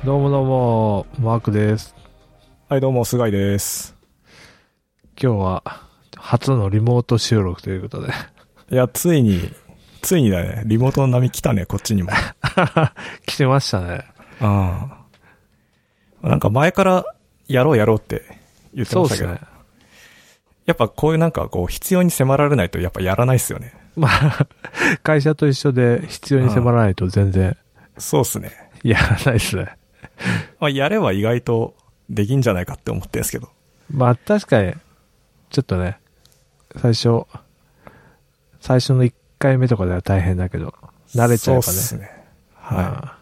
どうもどうも、マークです。 はい、どうも、菅井です。 今日は初のリモート収録ということで。 いや、ついにだね。リモートの波来たね、こっちにも。 来てましたね。 ああ。なんか前からやろうって言ってましたけど。そうですね。やっぱこういうなんかこう必要に迫られないとやっぱやらないっすよね。 まあ、会社と一緒で必要に迫らないと全然。 そうっすね。 やらないっすね。 まあやれば意外とできんじゃないかって思ってるんですけど。 まあ確かに、ちょっとね、最初の1回目とかでは大変だけど、慣れちゃえばね。 そうっすね。はい。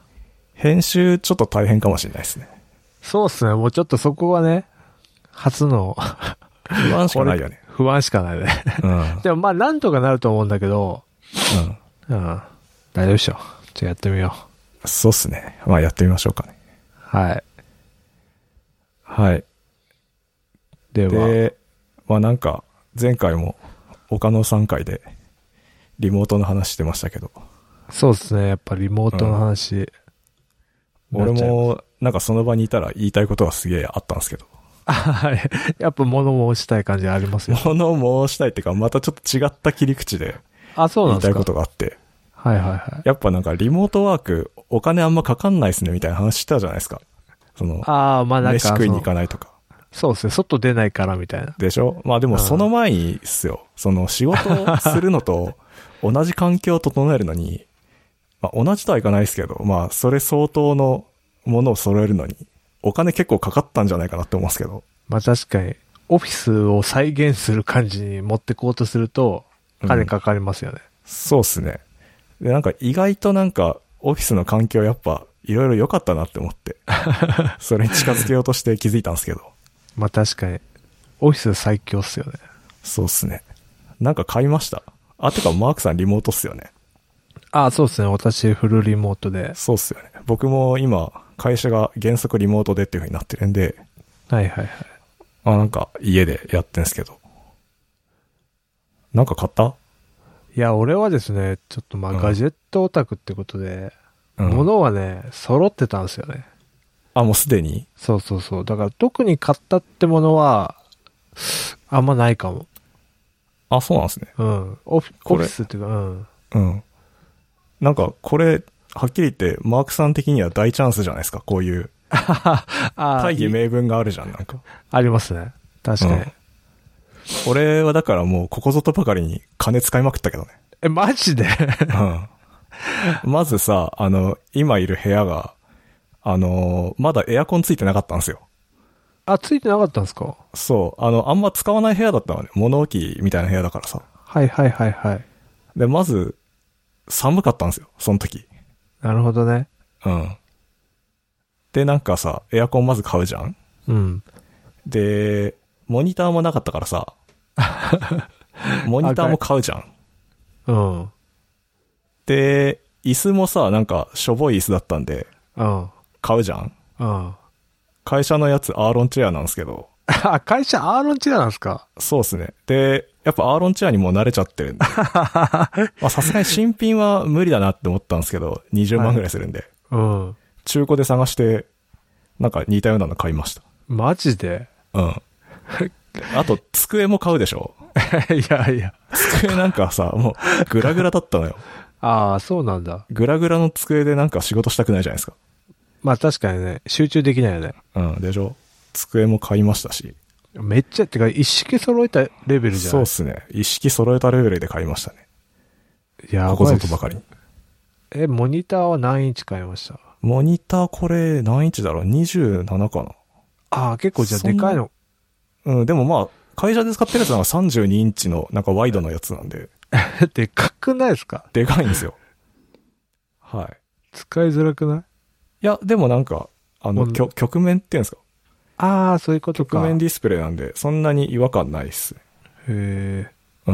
編集ちょっと大変かもしれないですね。 そうっすね。もうちょっとそこはね、初の不安しかないよね。 不安しかないね。うん。でもまあなんとかなると思うんだけど、うん。大丈夫でしょ。じゃあやってみよう。そうっすね。まあやってみましょうかね。 はい。 はい。 で、 まあなんか、前回も岡野さん回でリモートの話してましたけど。 そうですね。やっぱリモートの話、 俺もなんかその場にいたら言いたいことがすげえあったんですけど。 はい。やっぱ物申したい感じありますよ。 物申したいっていうか、またちょっと違った切り口で言いたいことがあって。 はいはいはい。 やっぱなんかリモートワークお金あんまかかんないっすねみたいな話したじゃないですか。 まあなんか飯食いに行かないとか。 そうですね。外出ないからみたいな。 でしょ？まあでもその前にっすよ。仕事をするのと同じ環境を整えるのに、まあ同じとはいかないですけど、まあそれ相当のものを揃えるのに、お金結構かかったんじゃないかなって思うんですけど。 まあ確かに、オフィスを再現する感じに持ってこうとすると、金かかりますよね。 そうっすね。で、なんか意外となんか、オフィスの環境やっぱ、いろいろ良かったなって思って。それに近づけようとして気づいたんですけど。 まあ確かに、オフィス最強っすよね。 そうっすね。なんか買いました。てかマークさんリモートっすよね。 そうっすね。私フルリモートで。 そうっすよね。僕も今、会社が原則リモートでっていう風になってるんで。 はいはいはい。 なんか家でやってんすけど。なんか買った？ いや、俺はですね、ちょっとガジェットオタクってことで、物はね、揃ってたんですよね。 もうすでに？ そうそうそう。だから特に買ったってものは、あんまないかも。 そうなんですね。 うん。オフィスっていうか、 うん。なんかこれ、はっきり言ってマークさん的には大チャンスじゃないですか、こういう。大義名分があるじゃん、なんか。 ありますね。確かに。 俺はだからもうここぞとばかりに金使いまくったけどね。 マジで？ まずさ、今いる部屋が、まだエアコンついてなかったんですよ。 ついてなかったんですか？ そう。あんま使わない部屋だったのね。物置みたいな部屋だからさ。 はいはいはいはい。 で、まず、寒かったんですよ、その時。 なるほどね。 うん。で、なんかさ、エアコンまず買うじゃん？ うん。 で、モニターもなかったからさ、モニターも買うじゃん。 うん。 で、椅子もさ、なんか、しょぼい椅子だったんで、買うじゃん。 うん。会社のやつアーロンチェアなんですけど。 会社アーロンチェアなんですか？ そうですね。で、やっぱアーロンチェアにもう慣れちゃってるんで。さすがに新品は無理だなって思ったんですけど、20万ぐらいするんで。 うん。 中古で探して、なんか似たようなの買いました。 マジで？ うん。あと、机も買うでしょ？ いやいや。 机なんかさ、もう、グラグラだったのよ。 そうなんだ。 グラグラの机でなんか仕事したくないじゃないですか。 まあ確かにね、集中できないよね。 うん、でしょ？机も買いましたし。 めっちゃ、ってか、一式揃えたレベルじゃない？ そうっすね。一式揃えたレベルで買いましたね。 やばい。 ここぞとばかりに。 モニターは何インチ買いました？ モニターこれ何インチだろう？ 27 かな。 結構じゃあでかいの。 うん、でもまあ、会社で使ってるやつは32インチのなんかワイドのやつなんで。 でかくないですか？ でかいんですよ。はい。 使いづらくない？ いや、でもなんか、曲面っていうんですか？ そういうことか。 曲面ディスプレイなんで、そんなに違和感ないっすね。 へえ。うん。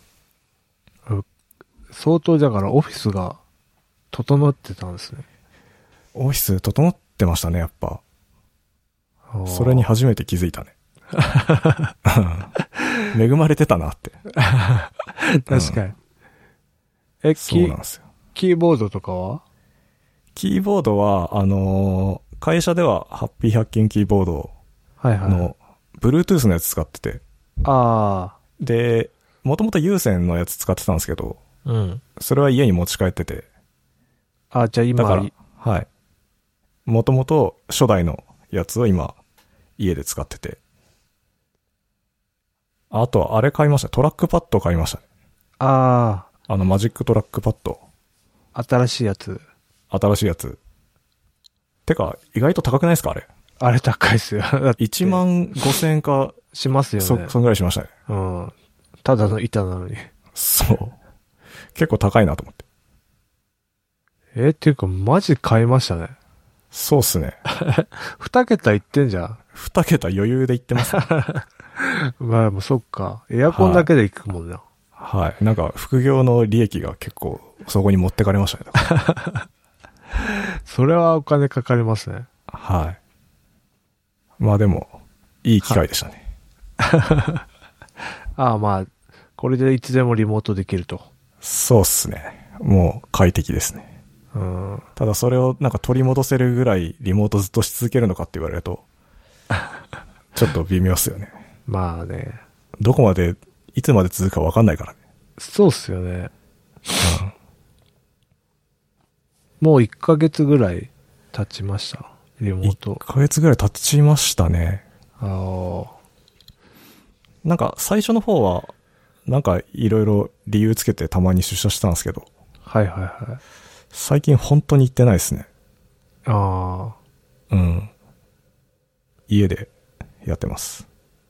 相当だからオフィスが整ってたんですね。 オフィス整ってましたね、やっぱ。それに初めて気づいたね。恵まれてたなって。 確かに。 そうなんですよ。 キーボードとかは？ キーボードは、 会社ではハッピー100均キーボードはいはい。 の Bluetooth のやつ使ってて、 あで、もともと有線のやつ使ってたんですけど、 あ、うん。 それは家に持ち帰ってて、 あ、じゃあ今、 だから、はい。もともと初代のやつを今、家で使ってて。あと、あれ買いました。トラックパッド買いましたね。 あマジックトラックパッド。 あ、新しいやつ。 新しいやつ。てか、意外と高くないですかあれ。 あれ高いっすよ。だって 1万5千円か、 しますよね。 そんぐらいしましたね。 うん。ただの板なのに。 そう。結構高いなと思って。 っていうか、マジ買いましたね。 そうっすね。 2桁いってんじゃん。 2桁余裕でいってます、ね。 まあ、もうそっか。エアコンだけでいくもんな。 はい。なんか、副業の利益が結構、そこに持ってかれましたね。 それはお金かかりますね。 はい。まあでも、いい機会でしたね。 ああ、まあ、これでいつでもリモートできると。 そうっすね。もう快適ですね。 うん。 ただそれをなんか取り戻せるぐらいリモートずっとし続けるのかって言われると、ちょっと微妙っすよね。 まあね。 どこまで、いつまで続くかわかんないからね。 そうっすよね。もう1ヶ月ぐらい経ちました。リモート。 1ヶ月ぐらい経ちましたね。 ああ。 なんか最初の方は、なんかいろいろ理由つけてたまに出社したんですけど、 はいはいはい。 最近本当に行ってないですね。 ああ。 うん。家でやってます。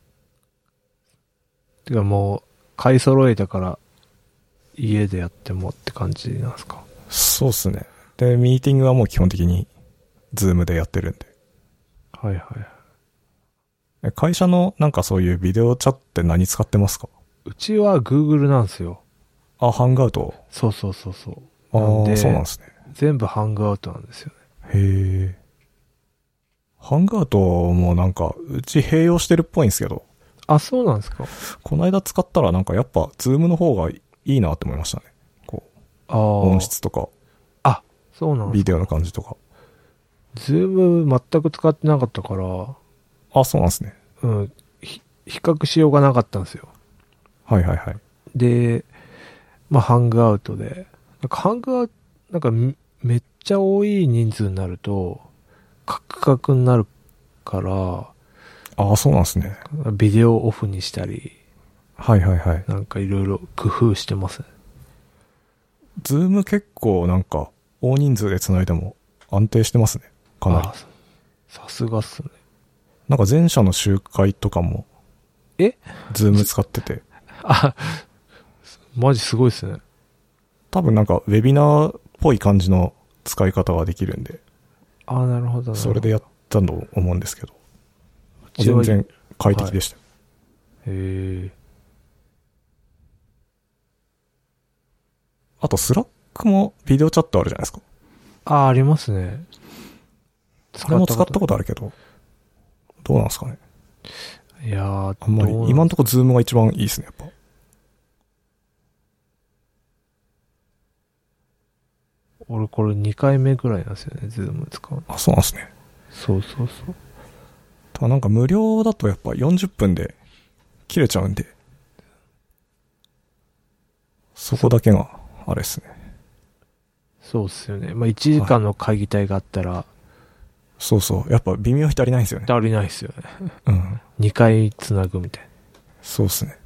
てかもう、買い揃えたから、家でやってもって感じなんですか？ そうっすね。で、ミーティングはもう基本的に、ズームでやってるんで。 はいはい。 会社のなんかそういうビデオチャって何使ってますか？ うちは Google なんですよ。 あ、ハングアウト。 そうそうそうそう。 ああ、そうなんですね。 全部ハングアウトなんですよね。 へえ。ハングアウトもなんか、うち併用してるっぽいんですけど。 あ、そうなんですか？ この間使ったらなんかやっぱ、ズームの方がいいなって思いましたね。こう。 ああ。 音質とか。 あ、そうなんですか？ ビデオの感じとか。 ズーム全く使ってなかったから、 あ、そうなんですね。 うん。比較しようがなかったんですよ。 はいはいはい。 で、まあ、ハングアウトで。なんかハングアウト、なんかめっちゃ多い人数になると、カクカクになるから、 ああ、そうなんですね。 ビデオオフにしたり、 はいはいはい。 なんかいろいろ工夫してますね。 ズーム結構なんか、大人数で繋いでも安定してますね。かなり。 さすがっすね。 なんか前者の集会とかも、ズーム使ってて。 あ、マジすごいっすね。 多分なんかウェビナーっぽい感じの使い方ができるんで。 あ、なるほど。 それでやったと思うんですけど。全然快適でした。はい、 へえ。 あとスラックもビデオチャットあるじゃないですか。 あ、ありますね。 それも使ったことあるけど、どうなんですかね。 いやー、 あんまり、今んとこズームが一番いいですね、やっぱ。 俺これ2回目ぐらいなんですよね、ズーム使う。 あ、そうなんですね。 そうそうそう。 ただなんか無料だとやっぱ40分で切れちゃうんで、そこだけが、あれですね。 そうっすよね。まあ、1時間の会議体があったら、 そうそう。やっぱ微妙に足りないんですよね。 足りないっすよね。 うん。 2回つなぐみたいな。 そうっすね。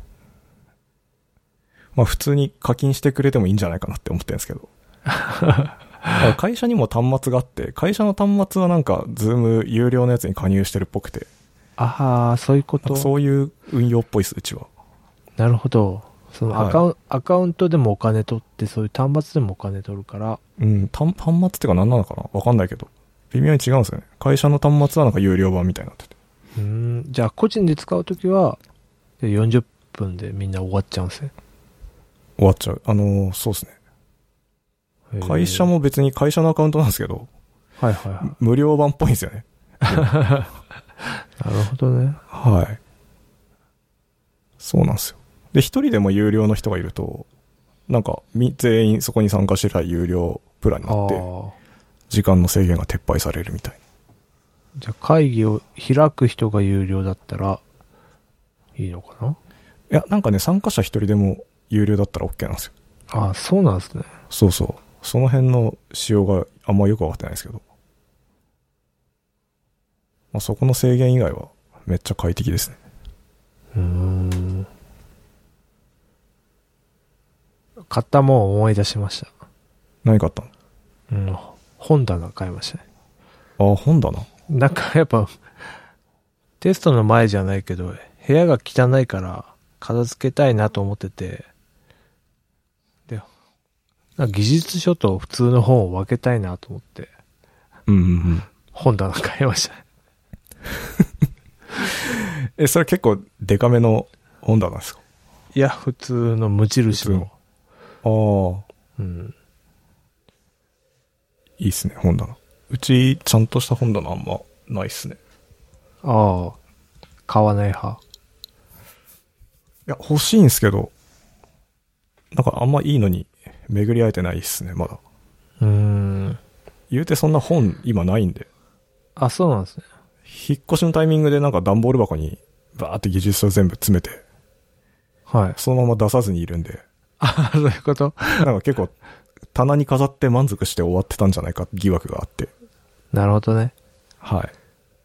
まあ普通に課金してくれてもいいんじゃないかなって思ってるんですけど。会社にも端末があって、会社の端末はなんか、ズーム有料のやつに加入してるっぽくて。 ああ、そういうこと。 そういう運用っぽいっす、うちは。 なるほど。そのアカウントでもお金取って、そういう端末でもお金取るから。 うん、端末ってか何なのかなわかんないけど。微妙に違うんですよね。会社の端末はなんか有料版みたいになってて。 じゃあ個人で使うときは、40分でみんな終わっちゃうんですね。 終わっちゃう。そうですね。会社も別に会社のアカウントなんですけど、 はいはいはい。 無料版っぽいんですよね。 なるほどね。 はい。そうなんですよ。で、一人でも有料の人がいると、なんか、全員そこに参加してたら有料プランになって、時間の制限が撤廃されるみたいじゃあ会議を開く人が有料だったらいいのかな？ いや、なんかね、参加者一人でも有料だったら OK なんですよ。 ああ、そうなんですね。 そうそう。その辺の仕様があんまよくわかってないですけど。まあ、そこの制限以外はめっちゃ快適ですね。 買ったもん思い出しました。 何買ったの？ うん。本棚買いましたね。 あ、本だな。 なんかやっぱ、テストの前じゃないけど、部屋が汚いから片付けたいなと思ってて、で、なんか技術書と普通の本を分けたいなと思って、 うんうんうん。 本棚買いましたね。 それ結構デカめの本棚ですか？ いや、普通の無印の。 ああ。 うん。 いいっすね、本棚。うち、ちゃんとした本棚あんまないっすね。 ああ、買わない派。 いや、欲しいんすけど、なんかあんまいいのに巡り合えてないっすね、まだ。言うてそんな本今ないんで。 あ、そうなんですね。 引っ越しのタイミングでなんか段ボール箱にバーって技術書全部詰めて、 はい。 そのまま出さずにいるんで。 あ、そういうこと？ なんか結構棚に飾って満足して終わってたんじゃないか疑惑があって。 なるほどね。 はい。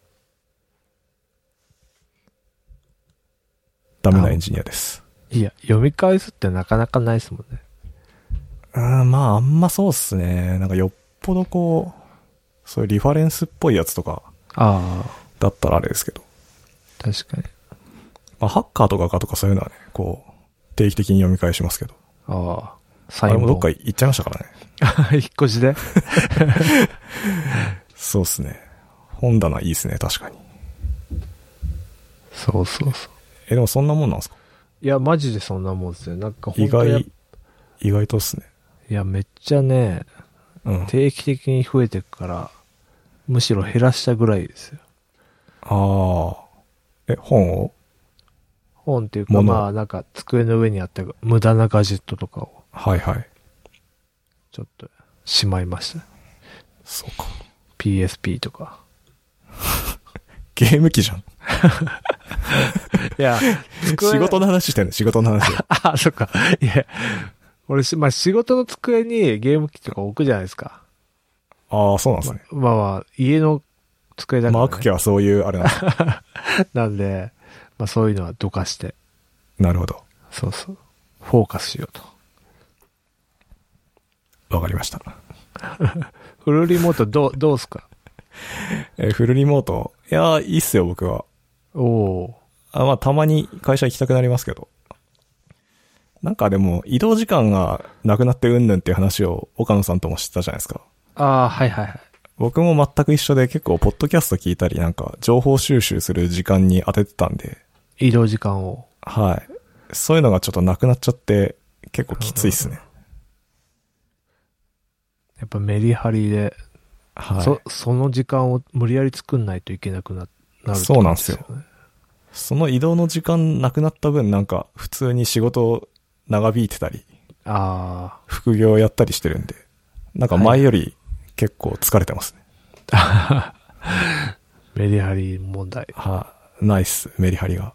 ダメなエンジニアです。 いや、読み返すってなかなかないですもんね。 まああんまそうっすね。なんかよっぽどこう、そういうリファレンスっぽいやつとか、だったらあれですけど。 確かに。 まあハッカーとかそういうのはね、こう、定期的に読み返しますけど。 ああれもどっか行っちゃいましたからね。 引っ越しでそうっすね。本棚いいっすね、確かに。 そうそうそう。 でもそんなもんなんですか？ いや、マジでそんなもんですよ。なんか意外とっすね。 いや、めっちゃね、定期的に増えてくから、むしろ減らしたぐらいですよ。 ああ。本っていうか、まあ、なんか、机の上にあった無駄なガジェットとかを。 はいはい。 ちょっと、しまいました。 そうか。 PSP とか。 ゲーム機じゃん。 いや、 仕事の話してんの、仕事の話。 あ、そっか。いや、俺まあ、仕事の机にゲーム機とか置くじゃないですか。 ああ、そうなんですね。 まあ、家の机だから、ね。 マーク家はそういう、あれなんですなんで、まあそういうのはどかして。 なるほど。 そうそう。フォーカスしようと。 わかりました。 フルリモートどうすか？ フルリモート。いや、いいっすよ、僕は。まあ、たまに会社行きたくなりますけど。なんかでも、移動時間がなくなってうんぬんっていう話を岡野さんとも知ったじゃないですか。 はいはいはい。 僕も全く一緒で結構、ポッドキャスト聞いたり、なんか、情報収集する時間に当ててたんで。 移動時間を。 はい。そういうのがちょっとなくなっちゃって、結構きついっすね。 やっぱメリハリで、 はい。 その時間を無理やり作んないといけなくなる、ね。 そうなんですよ。その移動の時間なくなった分、なんか、普通に仕事長引いてたり、副業やったりしてるんで、なんか前より結構疲れてますね。 はい、メリハリ問題。 ナイス、メリハリが。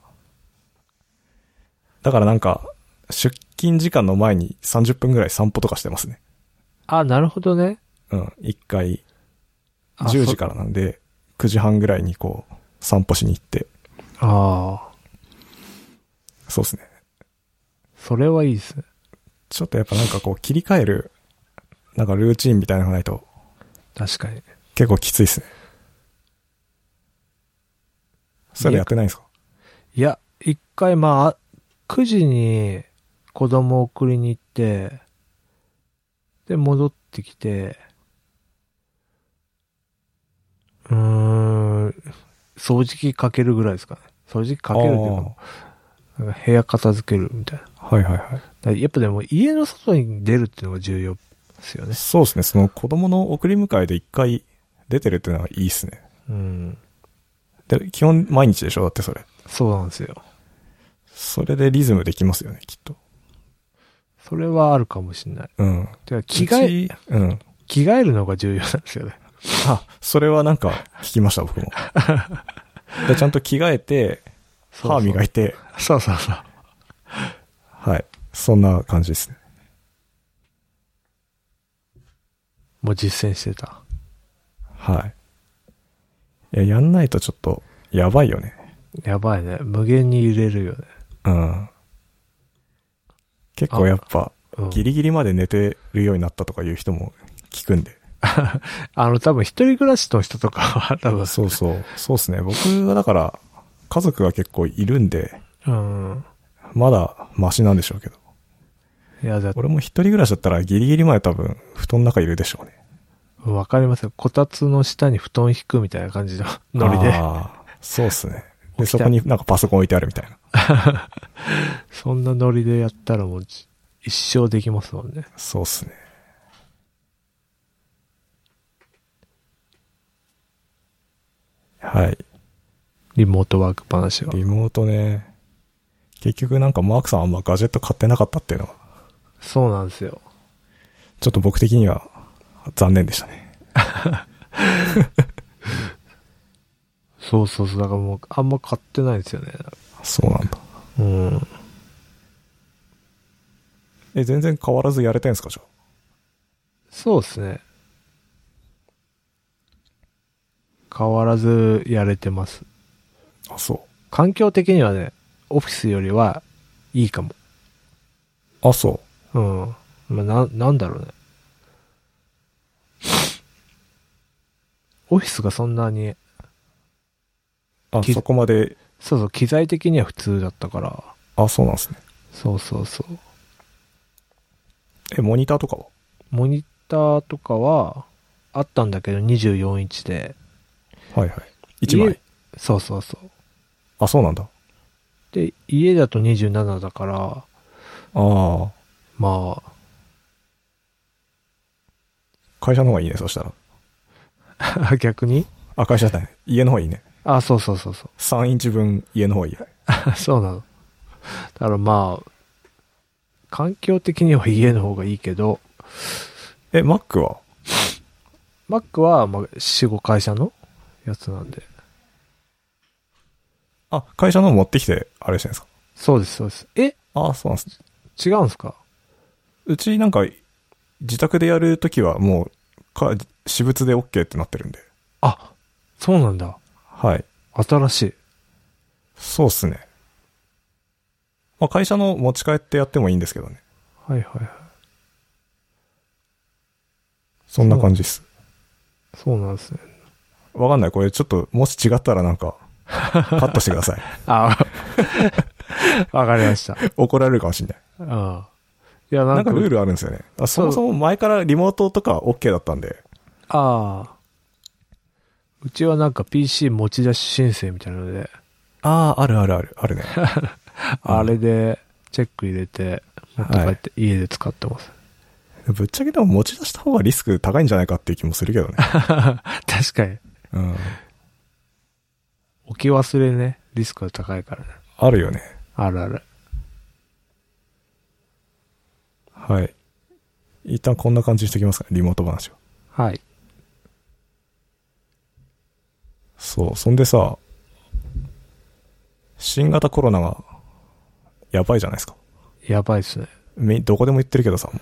だからなんか、出勤時間の前に30分ぐらい散歩とかしてますね。 なるほどね。 一回、10時からなんで、9時半ぐらいにこう、散歩しに行って。そうですね。 それはいいですね。 ちょっとやっぱなんかこう切り替える、なんかルーチンみたいなのがないと。 確かに。 結構きついですね。それやってないんですか？ いや、一回9時に子供を送りに行って、で、戻ってきて、掃除機かけるぐらいですかね。掃除機かけるっていうか、なんか部屋片付けるみたいな。 はいはいはい。 やっぱでも家の外に出るっていうのが重要ですよね。 そうですね。その子供の送り迎えで一回出てるっていうのはいいですね。で、基本毎日でしょ？だってそれ。 そうなんですよ。 それでリズムできますよね、きっと。 それはあるかもしれない。 着替えるのが重要なんですよね。 あ、それはなんか聞きました、僕も。で、ちゃんと着替えて、歯磨いて。 そうそうそう。 はい。そんな感じですね。 もう実践してた。 はい。いや、やんないとちょっと、やばいよね。 やばいね。無限に揺れるよね。 うん。結構やっぱ、ギリギリまで寝てるようになったとかいう人も聞くんで。 多分一人暮らしの人とかは多分。 そうそう。そうですね。僕はだから、家族が結構いるんで、 うん。 まだマシなんでしょうけど。 いや、 俺も一人暮らしだったらギリギリまで多分、布団の中いるでしょうね。 わかりますよ。こたつの下に布団引くみたいな感じのノリで。 ああ、そうっすね。で、そこになんかパソコン置いてあるみたいな。 そんなノリでやったらもう一生できますもんね。 そうっすね。はい。 リモートワーク話は。 リモートね。結局なんかマークさんあんまガジェット買ってなかったっていうのは。 そうなんですよ。 ちょっと僕的には残念でしたね。 そうそうそう。だからもうあんま買ってないですよね。 そうなんだ。 うん。 全然変わらずやれてんすか、じゃあ。 そうですね。変わらずやれてます。 あ、そう。 環境的にはね、オフィスよりはいいかも。 あ、そうん。まあ、なんだろうね。オフィスがそんなに、 あ、そこまで。 そうそう、機材的には普通だったから。 あ、そうなんですね。 そうそうそう。 モニターとかは？ モニターとかは、あったんだけど24インチで。 はいはい。1枚。 そうそうそう。 あ、そうなんだ。 で、家だと27だから、 ああ。 まあ。 会社の方がいいね、そした逆に？ ら。会社だね。家の方がいいね。 そうそうそうそう。 3インチ分家の方がいい。 そうなの。だからまあ、環境的には家の方がいいけど。 Mac は？ Mac は、まあ、会社のやつなんで。 あ、会社の持ってきて、あれしてるんですか？ そうです、そうです。 そうなんです。 違うんですか？ うちなんか、自宅でやるときはもう、私物で OK ってなってるんで。 あ、そうなんだ。 はい。 新しい。 そうっすね。まあ会社の持ち帰ってやってもいいんですけどね。 はいはいはい。 そんな感じっす。 そうなんですね。 わかんない。これちょっと、もし違ったらなんか、カットしてください。 わかりました。 怒られるかもしんない。 いや、 なんかルールあるんですよね。そもそも前からリモートとか OK だったんで。 うちはなんか PC 持ち出し申請みたいなので。 あるね。 あれでチェック入れて、持って帰って家で使ってます。 ぶっちゃけでも持ち出した方がリスク高いんじゃないかっていう気もするけどね。 確かに。 うん。 置き忘れね、リスクが高いからね。 あるよね。 あるある。 はい。一旦こんな感じにしておきますかね、リモート話は。 はい。 そう、そんでさ、新型コロナが、やばいじゃないですか。 やばいっすね。 どこでも言ってるけどさ、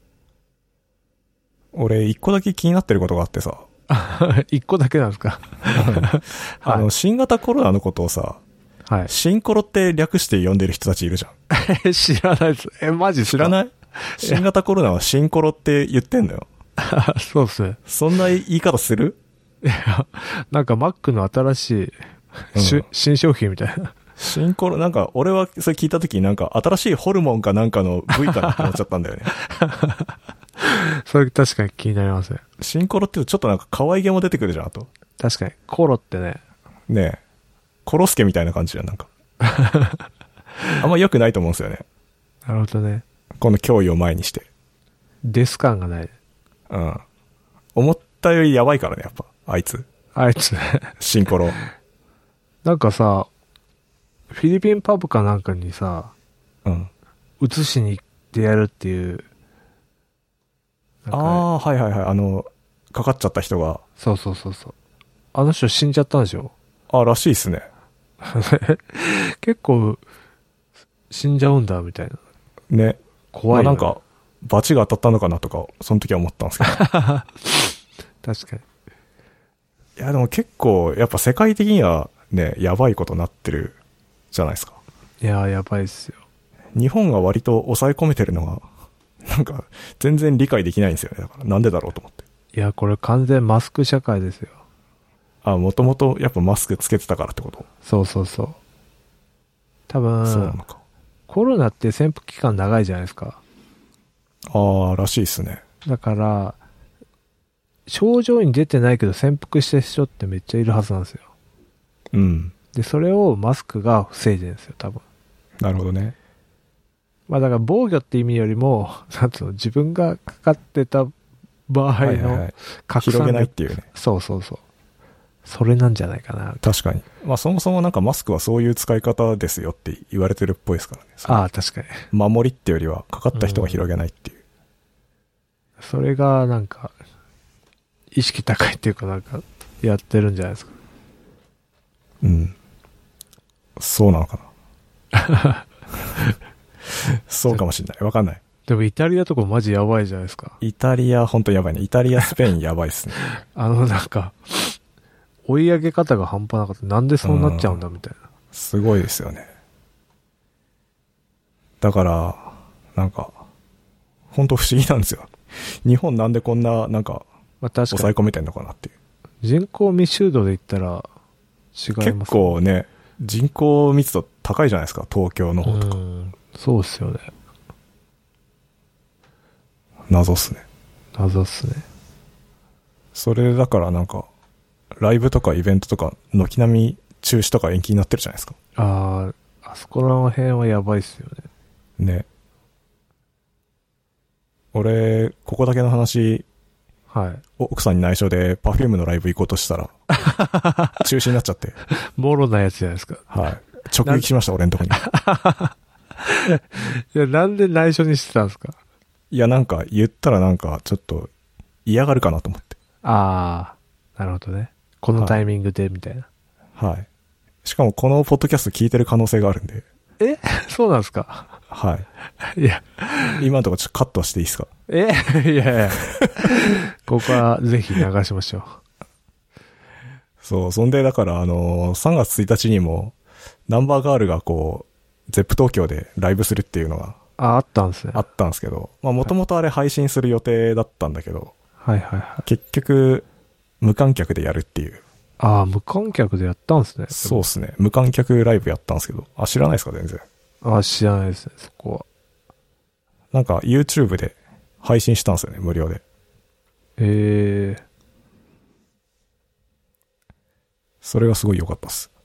俺、一個だけ気になってることがあってさ。 一個だけなんですか？ 新型コロナのことをさ、 はい。 新コロって略して呼んでる人たちいるじゃん。知らないです。マジっすか？ 知らない？新型コロナは新コロって言ってんだよ。 そうっすね。 そんな言い方する？ いや、なんか Mac の新しい、新商品みたいな。 新コロ、なんか俺はそれ聞いたときになんか新しいホルモンかなんかの部位かなって思っちゃったんだよね。 それ確かに気になりますね。 新コロってちょっとなんか可愛げも出てくるじゃん、あと。 確かに。コロってね。 ねえ。コロスケみたいな感じじゃん、なんか。あんま良くないと思うんですよね。 なるほどね。 この脅威を前にして。 デス感がない。 うん。思ったよりやばいからね、やっぱ。あいつ。新コロ。 なんかさ、フィリピンパブかなんかにさ、移しに行ってやるっていう。 はいはいはい。 かかっちゃった人が、 そう。あの人死んじゃったんでしょ？ らしいっすね。 結構、死んじゃうんだ、みたいな。 ね。 怖いよね。 なんか、罰が当たったのかなとか、その時は思ったんですけど。 確かに。 いや、でも結構、やっぱ世界的にはね、やばいことになってるじゃないですか。 いやー、やばいっすよ。 日本が割と抑え込めてるのが、なんか、全然理解できないんですよね。だから、なんでだろうと思って。 いや、これ完全マスク社会ですよ。 もともとやっぱマスクつけてたからってこと？ そう。多そうな分、 のか。 コロナって潜伏期間長いじゃないですか。 らしいっすね。 だから、症状に出てないけど潜伏してる人ってめっちゃいるはずなんですよ。 うん。 で、それをマスクが防いでるんですよ、多分。 なるほどね。 まあだから防御って意味よりも、なんつうの、自分がかかってた場合の拡散広げないっていうね。 そう。それなんじゃないかな。 確かに。まあそもそもなんかマスクはそういう使い方ですよって言われてるっぽいですからね。 確かに。 守りってよりはかかった人が広げないっていう。 それがなんか、意識高いっていうかなんか、やってるんじゃないですか。 うん。そうなのかな。そうかもしんない。わかんない。 でもイタリアとかマジやばいじゃないですか。 イタリア本当やばいね。イタリア、スペインやばいっすね。 なんか、追い上げ方が半端なかった。なんでそうなっちゃうんだみたいな。 すごいですよね。だから、なんか、本当不思議なんですよ。日本なんでこんな、なんか、 まあ確かに。 抑え込めてんのかなっていう。 人口密集度で言ったら違います、ね。 結構ね、人口密度高いじゃないですか。東京の方とか。 そうっすよね。 謎っすね。 謎っすね。 それだからなんか、ライブとかイベントとか、軒並み中止とか延期になってるじゃないですか。 あそこら辺はやばいっすよね。 ね。俺、ここだけの話、 はい。 奥さんに内緒で Perfume のライブ行こうとしたら、中止になっちゃって。 もろなやつじゃないですか。 はい。直撃しました、俺のとこに。 いや、なんで内緒にしてたんですか？ いや、なんか言ったらなんかちょっと嫌がるかなと思って。 なるほどね。このタイミングで、みたいな。 はい。しかもこのポッドキャスト聞いてる可能性があるんで。 そうなんですか？ はい。 いや。 今のところちょっとカットしていいですか？ いや。ここはぜひ流しましょう。 そう、そんでだから3月1日にも、ナンバーガールがこう、ゼップ東京でライブするっていうのが、 あったんですね。 あったんですけど、まあもともとあれ配信する予定だったんだけど、 はい。 結局、無観客でやるっていう。 無観客でやったんですね。 そうですね。無観客ライブやったんですけど、知らないですか全然。 知らないですね、そこは。 なんか YouTube で配信したんですよね、無料で。それがすごい良かったっす。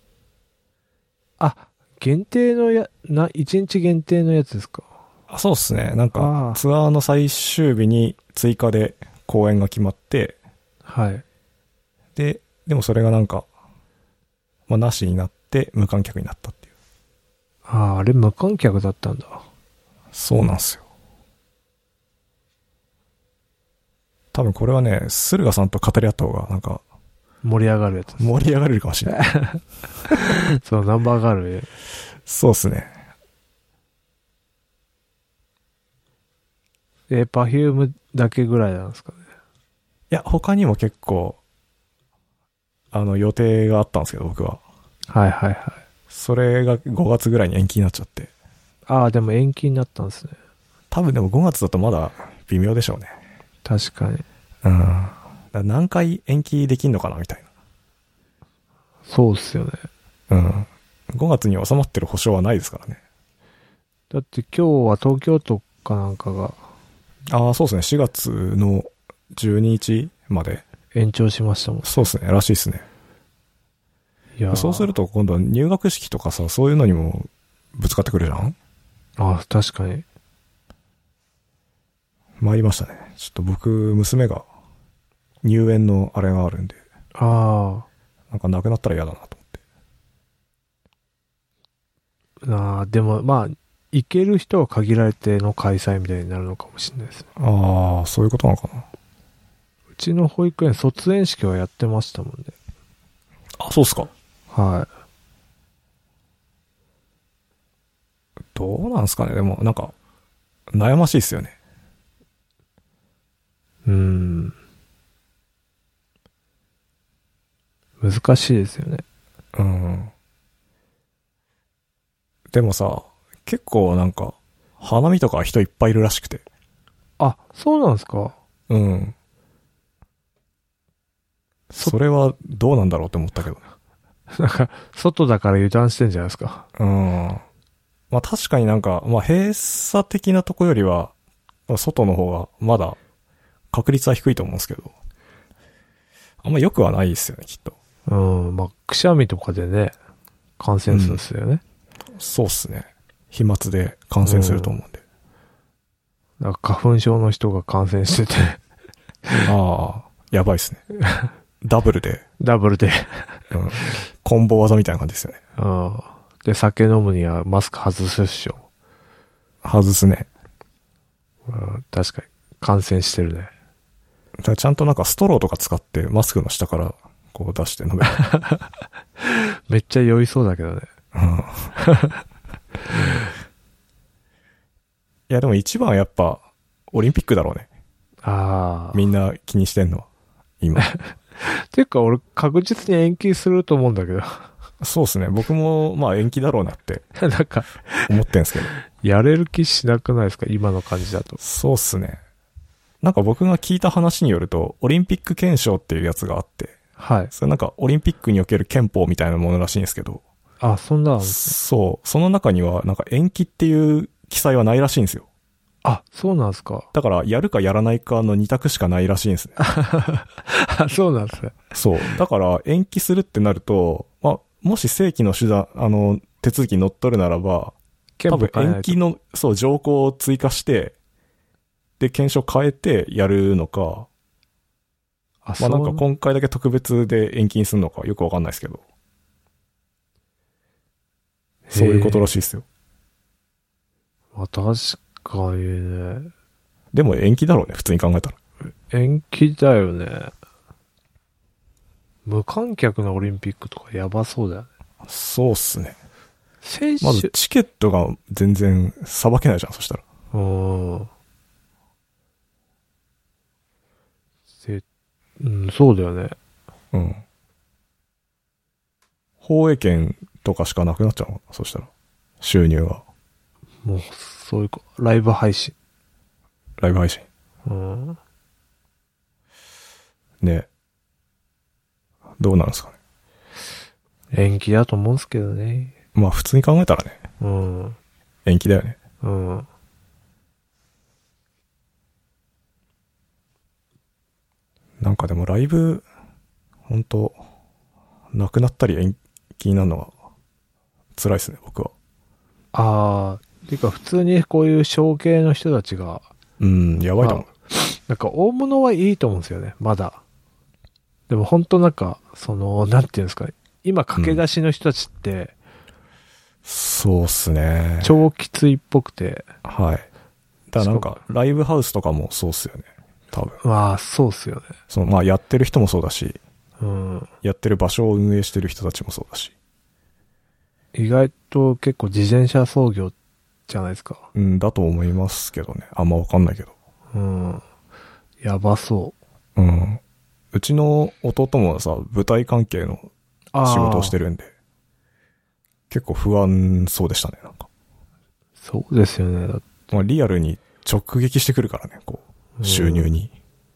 限定の1日限定のやつですか？ そうっすね。なんか、ツアーの最終日に追加で公演が決まって、 はい。 でもそれがなんか、まあ、なしになって無観客になったっていう。 あれ無観客だったんだ。 そうなんすよ。多分これはね、駿河さんと語り合った方がなんか、 盛り上がるやつです。 盛り上がれるかもしれない。 そう、ナンバーガール。 そうっすね。 Perfume だけぐらいなんですかね。 いや、他にも結構、予定があったんですけど、僕は。 はい。 それが5月ぐらいに延期になっちゃって。 でも延期になったんですね。 多分でも5月だとまだ微妙でしょうね。 確かに。 何回延期できんのかなみたいな。 そうっすよね。 5月に収まってる保証はないですからね。 だって今日は東京都かなんかが。 そうですね。4月の12日まで。 延長しましたもん。 そうですね。らしいですね。いやそうすると今度は入学式とかさ、そういうのにもぶつかってくるじゃん？ 確かに。 参りましたね。ちょっと僕、娘が入園のあれがあるんで。なんかなくなったら嫌だなと思って。でもまあ、行ける人は限られての開催みたいになるのかもしれないですね。 そういうことなのかな。 うちの保育園卒園式はやってましたもんね。 あ、そうっすか。 はどうなんすかね。でも、なんか、悩ましいっすよね。 い。難しいですよね。 うん。でもさ、結構なんか、花見とか人いっぱいいるらしくて。 あ、そうなんですか。 うん。それはどうなんだろうって思ったけど。 なんか、外だから油断してんじゃないですか。 うん。まあ確かになんか、まあ閉鎖的なとこよりは、外の方がまだ確率は低いと思うんですけど。あんま良くはないですよね、きっと。 まあ、くしゃみとかでね、感染するんですよね。 そうっすね。飛沫で感染すると思うんで。 なんか花粉症の人が感染しててああ、やばいっすね。ダブルで。 ダブルでうん。コンボ技みたいな感じですよね。 で、酒飲むにはマスク外すっしょ。 外すね。 確かに。感染してるね。 だからちゃんとなんかストローとか使ってマスクの下からこう出して飲める。 めっちゃ酔いそうだけどね。 うん。いやでも一番はやっぱオリンピックだろうね。 ああ。 みんな気にしてんのは。今。 ていうか俺確実に延期すると思うんだけど。 そうですね。僕もまあ延期だろうなってなんか、 思ってんすけど。 やれる気しなくないですか今の感じだと。 そうっすね。なんか僕が聞いた話によると、オリンピック憲章っていうやつがあって、 はい。 それなんかオリンピックにおける憲法みたいなものらしいんですけど、 あ、そんなのですね。 そう。その中にはなんか延期っていう記載はないらしいんですよ。 あ、そうなんですか。 だからやるかやらないかの二択しかないらしいんですね。 あ、そうなんですね。 そう。だから延期するってなると、まあ、もし正規の手段、手続きに乗っ取るならば、多分延期の、そう、条項を追加して、で、検証変えてやるのか、まあなんか今回だけ特別で延期にするのかよくわかんないですけど。そういうことらしいですよ。 まあ確かにね。 でも延期だろうね、普通に考えたら。 延期だよね。無観客のオリンピックとかやばそうだよね。 そうっすね。 選手。 まずチケットが全然さばけないじゃん、そしたら。 そうだよね。 うん。放映権とかしかなくなっちゃうのそしたら。収入が。 もう、そういうライブ配信。 ライブ配信。ね。どうなんですかね。 延期だと思うんですけどね。 まあ普通に考えたらね。延期だよね。なんかでもライブ、ほんと、なくなったり延期になるのが辛いですね、僕は。 ていうか普通にこういう小系の人たちが。 やばいと思う。 なんか大物はいいと思うんですよね、まだ。でも本当なんか、なんていうんですか、今駆け出しの人たちって、 そうっすね。 超きついっぽくて。 はい。だからなんか、ライブハウスとかもそうっすよね。多分。 まあ、そうっすよね。 まあやってる人もそうだし、やってる場所を運営してる人たちもそうだし。 意外と結構自転車操業じゃないですか。 だと思いますけどね。あんまわかんないけど。 やばそう。 うちの弟もさ、舞台関係の仕事をしてるんで、結構不安そうでしたね、なんか。 そうですよね。 まあリアルに直撃してくるからね、こう、収入に。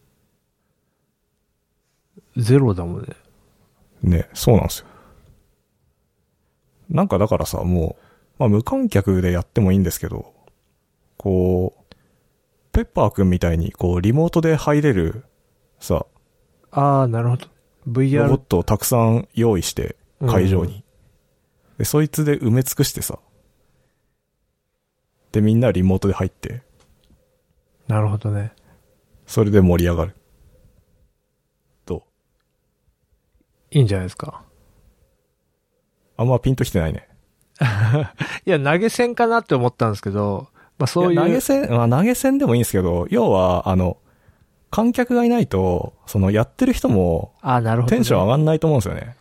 ゼロだもんね。 ね、そうなんですよ。なんかだからさ、もう、まあ無観客でやってもいいんですけど、こう、ペッパーくんみたいに、こう、リモートで入れる、さ、 なるほど。VR。 ロボットをたくさん用意して、会場に。で、そいつで埋め尽くしてさ、で、みんなリモートで入って。 なるほどね。 それで盛り上がる。どう？ いいんじゃないですか。 あんまピンときてないね。 いや、投げ銭かなって思ったんですけど、まあそういう。 投げ銭でもいいんですけど、要は、 観客がいないと、そのやってる人も、 なるほど、ね。 テンション上がんないと思うんですよね。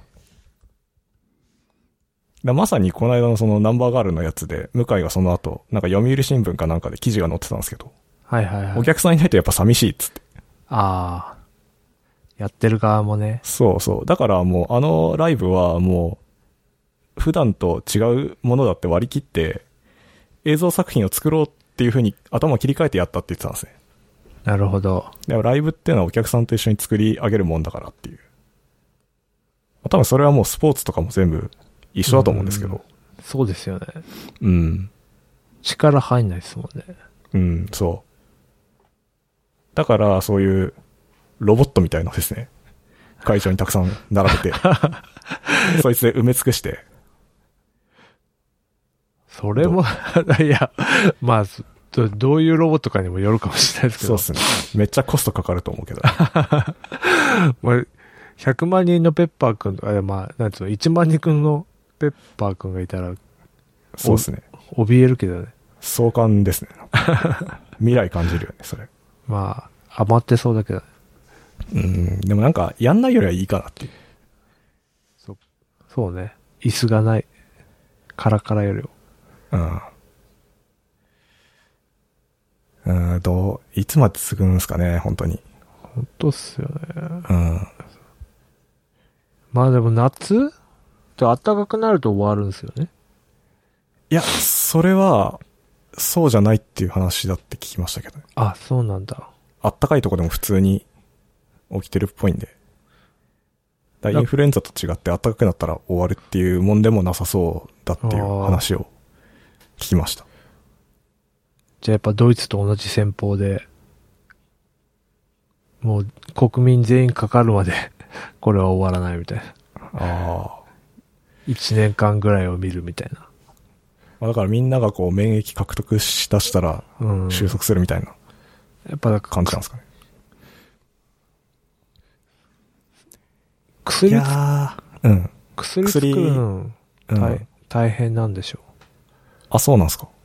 まさにこの間のそのナンバーガールのやつで、向井がその後、なんか読売新聞かなんかで記事が載ってたんですけど、 はいはいはい。 お客さんいないとやっぱ寂しいっつって。 やってる側もね。 そうそう。だからもうあのライブはもう、普段と違うものだって割り切って、映像作品を作ろうっていう風に頭を切り替えてやったって言ってたんですね。 なるほど。 でもライブっていうのはお客さんと一緒に作り上げるもんだからっていう。多分それはもうスポーツとかも全部一緒だと思うんですけど。 そうですよね。 うん。 力入んないですもんね。 うん、そう。だからそういうロボットみたいのですね。会場にたくさん並べて、そいつで埋め尽くして。 それも、いや、まあ、どういうロボットかにもよるかもしれないですけど。 そうですね。めっちゃコストかかると思うけど。 100万人のペッパーくん、まあ、なんつうの、1万人くんのペッパーくんがいたら、 そうですね。 怯えるけどね。 壮観ですね。未来感じるよね、それ。 まあ、余ってそうだけどね。 でもなんか、やんないよりはいいかなっていう。 そうね。椅子がない。カラカラよりは。 いつまで続くんですかね、本当に。 本当っすよね。まあでも夏暖かくなると終わるんですよね。 いや、それは、そうじゃないっていう話だって聞きましたけどね。 そうなんだ。 暖かいとこでも普通に起きてるっぽいんで。インフルエンザと違って暖かくなったら終わるっていうもんでもなさそうだっていう話を聞きました。 じゃあやっぱドイツと同じ戦法で、もう国民全員かかるまでこれは終わらないみたいな。1年間ぐらいを見るみたいな。 だからみんながこう免疫獲得しだしたら収束するみたいなやっぱ感じなんですかね。 薬作るの大変なんでしょう。そうなんですか。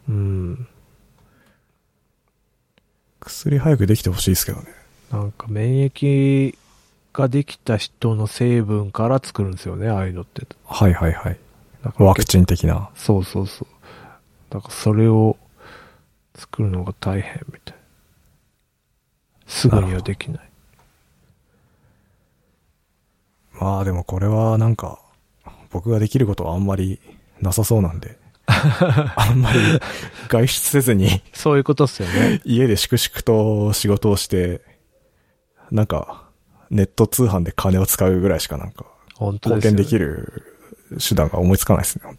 薬早くできてほしいですけどね。 なんか免疫ができた人の成分から作るんですよね、ああいうのって。 はいはいはい。ワクチン的な。 そうそうそう。だからそれを作るのが大変みたい。すぐにはできない。 まあでもこれはなんか、僕ができることはあんまりなさそうなんで。あんまり外出せずにそういうことっすよね。 家で粛々と仕事をして、なんか、ネット通販で金を使うぐらいしかなんか、貢献できる手段が思いつかないですね、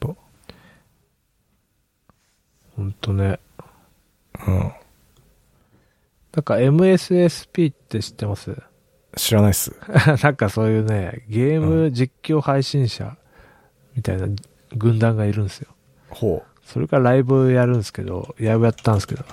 本当ね。なんか MSSP って知ってます？ 知らないっす。 なんかそういうね、ゲーム実況配信者みたいな軍団がいるんですよ。それからライブやるんですけど、ライブやったんですけど。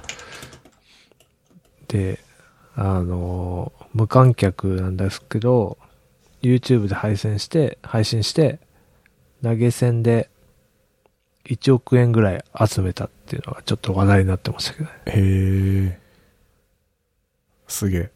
で、無観客なんですけど、YouTube で配信して、投げ銭で1億円ぐらい集めたっていうのがちょっと話題になってましたけどね。 へー。すげえ。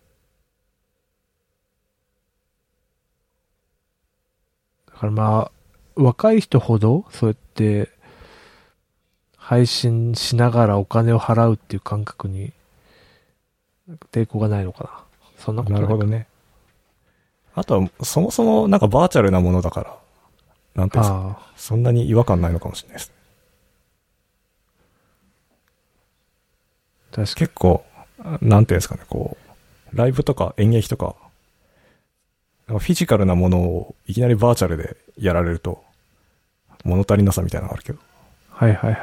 だからまあ、若い人ほど、そうやって、配信しながらお金を払うっていう感覚に、抵抗がないのかな。そんなことないか。 なるほどね。あとは、そもそもなんかバーチャルなものだから、なんていうんですか、そんなに違和感ないのかもしれないですね。 確かに。 結構、なんていうんですかね、こう、ライブとか演劇とか、フィジカルなものをいきなりバーチャルでやられると、物足りなさみたいなのがあるけど。 はいはいはい。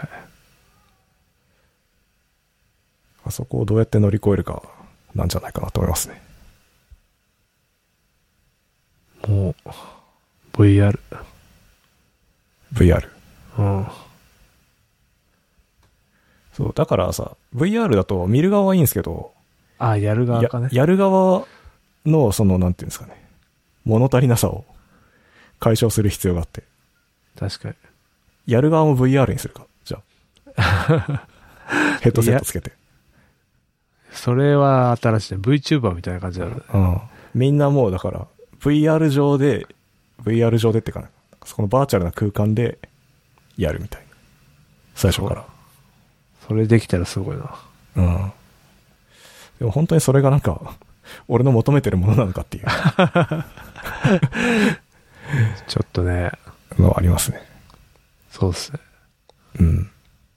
そこをどうやって乗り越えるかなんじゃないかなと思いますね。 もう、VR。 VR。そう、だからさ、VR だと見る側はいいんですけど、 やる側かね。 やる側の、その、なんていうんですかね、物足りなさを解消する必要があって。 確かに。 やる側も VR にするか、じゃあ。ヘッドセットつけて。 それは新しいね。VTuber みたいな感じだね。 うん。みんなもうだから、VR 上でってかな。そのバーチャルな空間でやるみたいな。最初から。 それできたらすごいな。 うん。でも本当にそれがなんか、俺の求めてるものなのかっていう。 ちょっとね。 のありますね。 そうっすね。 うん。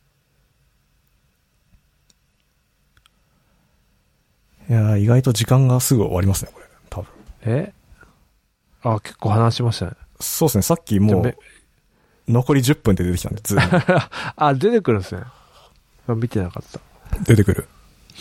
いやー、意外と時間がすぐ終わりますね、これ。多分。 結構話しましたね。 そうですね、さっきもう、残り10分で出てきたんで、ずっと。 出てくるんですね。見てなかった。 出てくる。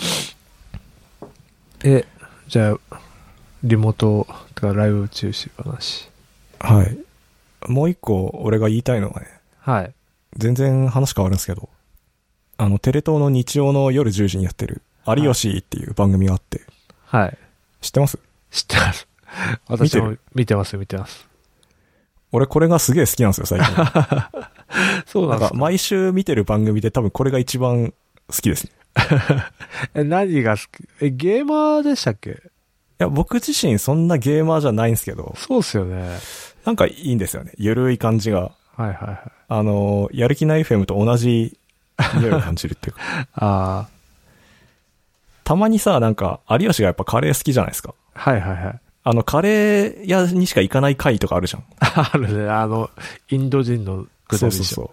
じゃあ、リモートとかライブ中止話。 はい。もう一個、俺が言いたいのがね。 はい。 全然話変わるんですけど、テレ東の日曜の夜10時にやってる、有吉っていう番組があって。 はい。 知ってます？ 知ってます。私も見てます。 俺これがすげえ好きなんですよ、最近。 そうなんですか。 毎週見てる番組で多分これが一番好きですね。 何が好き？ゲーマーでしたっけ？ いや、僕自身そんなゲーマーじゃないんですけど。 そうっすよね。 なんかいいんですよね。ゆるい感じが。 はいはいはい。 やる気ない FM と同じ匂いを感じるっていうか。たまにさ、なんか、有吉がやっぱカレー好きじゃないですか。 はいはいはい。 カレー屋にしか行かない回とかあるじゃん。 あるね。インド人のくだりでしょ。 そうそうそう。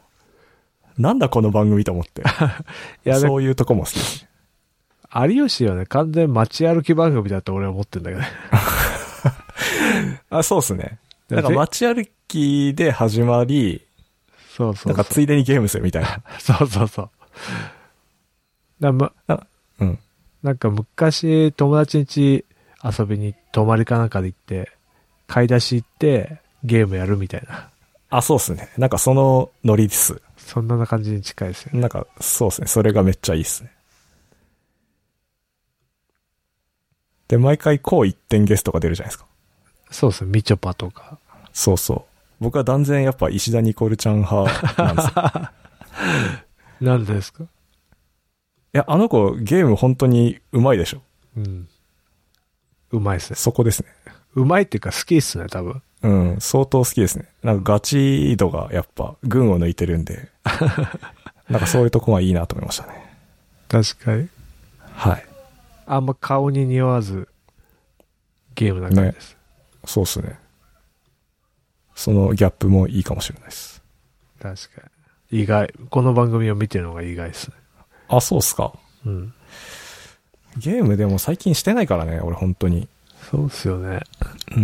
なんだこの番組と思って。いや、そういうとこも好きですね。 有吉はね、完全街歩き番組だと俺は思ってんだけどね。 そうっすね。なんか街歩きで始まり、 そう。 なんかついでにゲームするみたいな。 そう。 うん。 なんか昔友達ん家遊びに泊まりかなんかで行って、買い出し行ってゲームやるみたいな。 そうっすね。なんかそのノリです。 そんな感じに近いですよね。 なんかそうっすね。それがめっちゃいいっすね。で、毎回こう一点ゲストが出るじゃないですか。 そうっすね。みちょぱとか。 そうそう。僕は断然やっぱ石田ニコルちゃん派なんですよ。 なんでですか？いや、あの子ゲーム本当にうまいでしょ。 うん。うまいっすね。 そこですね。 うまいっていうか好きっすね、多分。 うん、相当好きですね。なんかガチ度がやっぱ群を抜いてるんで、なんかそういうとこがいいなと思いましたね。 確かに。 はい。 あんま顔に似合わず、ゲームな感じです。 ね、そうっすね。そのギャップもいいかもしれないです。 確かに。意外。この番組を見てるのが意外ですね。 そうっすか。 うん。 ゲームでも最近してないからね、俺本当に。 そうっすよね。 うん。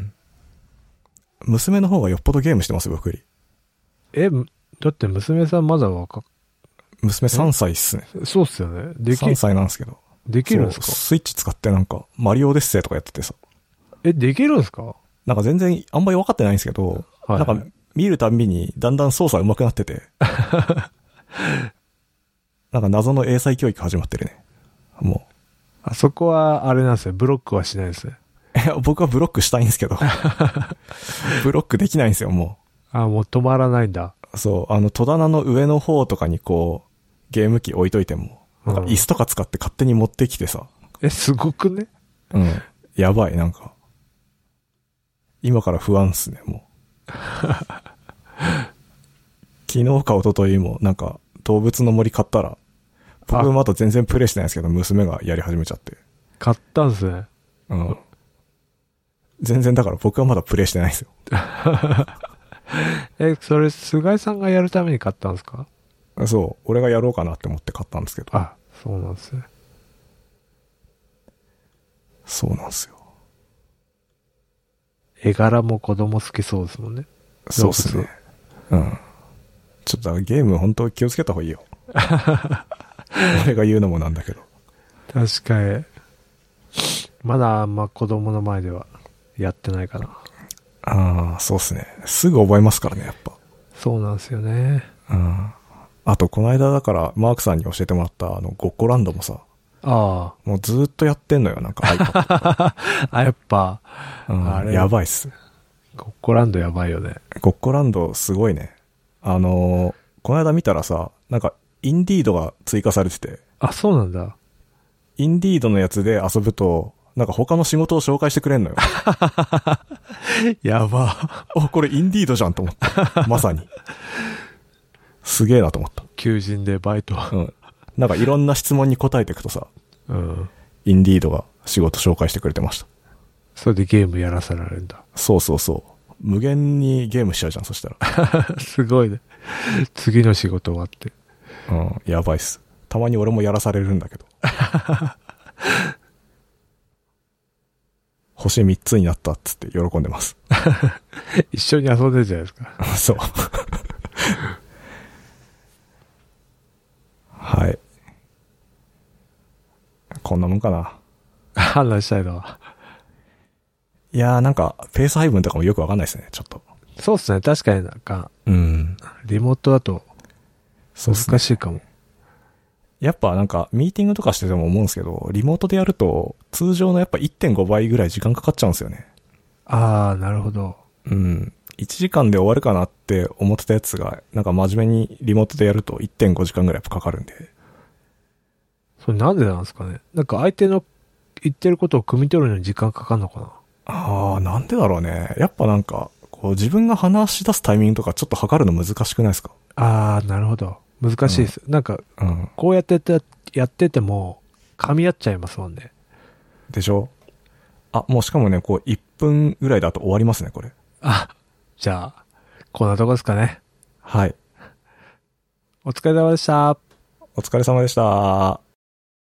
娘の方がよっぽどゲームしてますよ、僕より。 だって娘さんまだ娘3歳っすね。 そうっすよね。 3歳なんですけど。 できるんですか？ スイッチ使ってなんか、マリオオデッセイとかやっててさ。 できるんですか？ なんか全然あんまり分かってないんですけど、はいはい、なんか見るたんびにだんだん操作上手くなってて。なんか謎の英才教育始まってるね。もう。そこはあれなんですよ。ブロックはしないですね。 僕はブロックしたいんですけど。ブロックできないんですよ、もう。もう止まらないんだ。 そう、戸棚の上の方とかにこう、ゲーム機置いといても、なんか椅子とか使って勝手に持ってきてさ。 すごくね？ うん。やばい、なんか。今から不安っすね、もう。昨日か一昨日も、なんか、動物の森買ったら、僕まだ全然プレイしてないんですけど、娘がやり始めちゃって。 買ったんすね。 うん。全然だから僕はまだプレイしてないんですよ。 それ、菅井さんがやるために買ったんですか？ そう。俺がやろうかなって思って買ったんですけど。 そうなんですね。 そうなんですよ。 絵柄も子供好きそうですもんね。 そうですね。うん。ちょっとゲーム本当気をつけた方がいいよ。俺が言うのもなんだけど。 確かに。まだあんま子供の前ではやってないかな。 そうですね。すぐ覚えますからね、やっぱ。 そうなんですよね。 あと、この間だから、マークさんに教えてもらったゴッコランドもさ。もうずーっとやってんのよ、なんか iPad。 やっぱ、 あれやばいっす。 ゴッコランドやばいよね。 ゴッコランドすごいね。この間見たらさ、なんか、インディードが追加されてて。 そうなんだ。 インディードのやつで遊ぶと、なんか他の仕事を紹介してくれんのよ。 やば。 お、これインディードじゃんと思った。まさに。すげえなと思った。 求人でバイト。 うん。なんかいろんな質問に答えていくとさ、 うん。 インディードが仕事紹介してくれてました。 それでゲームやらせられるんだ。 そうそうそう。無限にゲームしちゃうじゃん、そしたら。 すごいね。次の仕事終わって。 うん、やばいっす。たまに俺もやらされるんだけど。星3つになったっつって喜んでます。 一緒に遊んでるじゃないですか。 そう。はい。こんなもんかな。 話したいのは。 いやーなんか、ペース配分とかもよくわかんないですね、ちょっと。 そうっすね。確かになんか、 うん。 リモートだと難しいかも。 やっぱなんか、ミーティングとかしてても思うんですけど、リモートでやると、通常のやっぱ 1.5 倍ぐらい時間かかっちゃうんですよね。 ああ、なるほど。 うん。1時間で終わるかなって思ってたやつが、なんか真面目にリモートでやると 1.5 時間ぐらいかかるんで。 それなんでなんですかね。なんか相手の言ってることを汲み取るのに時間かかるのかな。 ああ、なんでだろうね。やっぱなんか、こう自分が話し出すタイミングとかちょっと測るの難しくないですか？ ああ、なるほど。難しいです。なんか、 うん。 こうやってても、噛み合っちゃいますもんね。 でしょ？あ、もうしかもね、こう1分ぐらいだと終わりますね、これ。 あ、じゃあ、こんなとこですかね。 はい。 お疲れ様でした。 お疲れ様でした。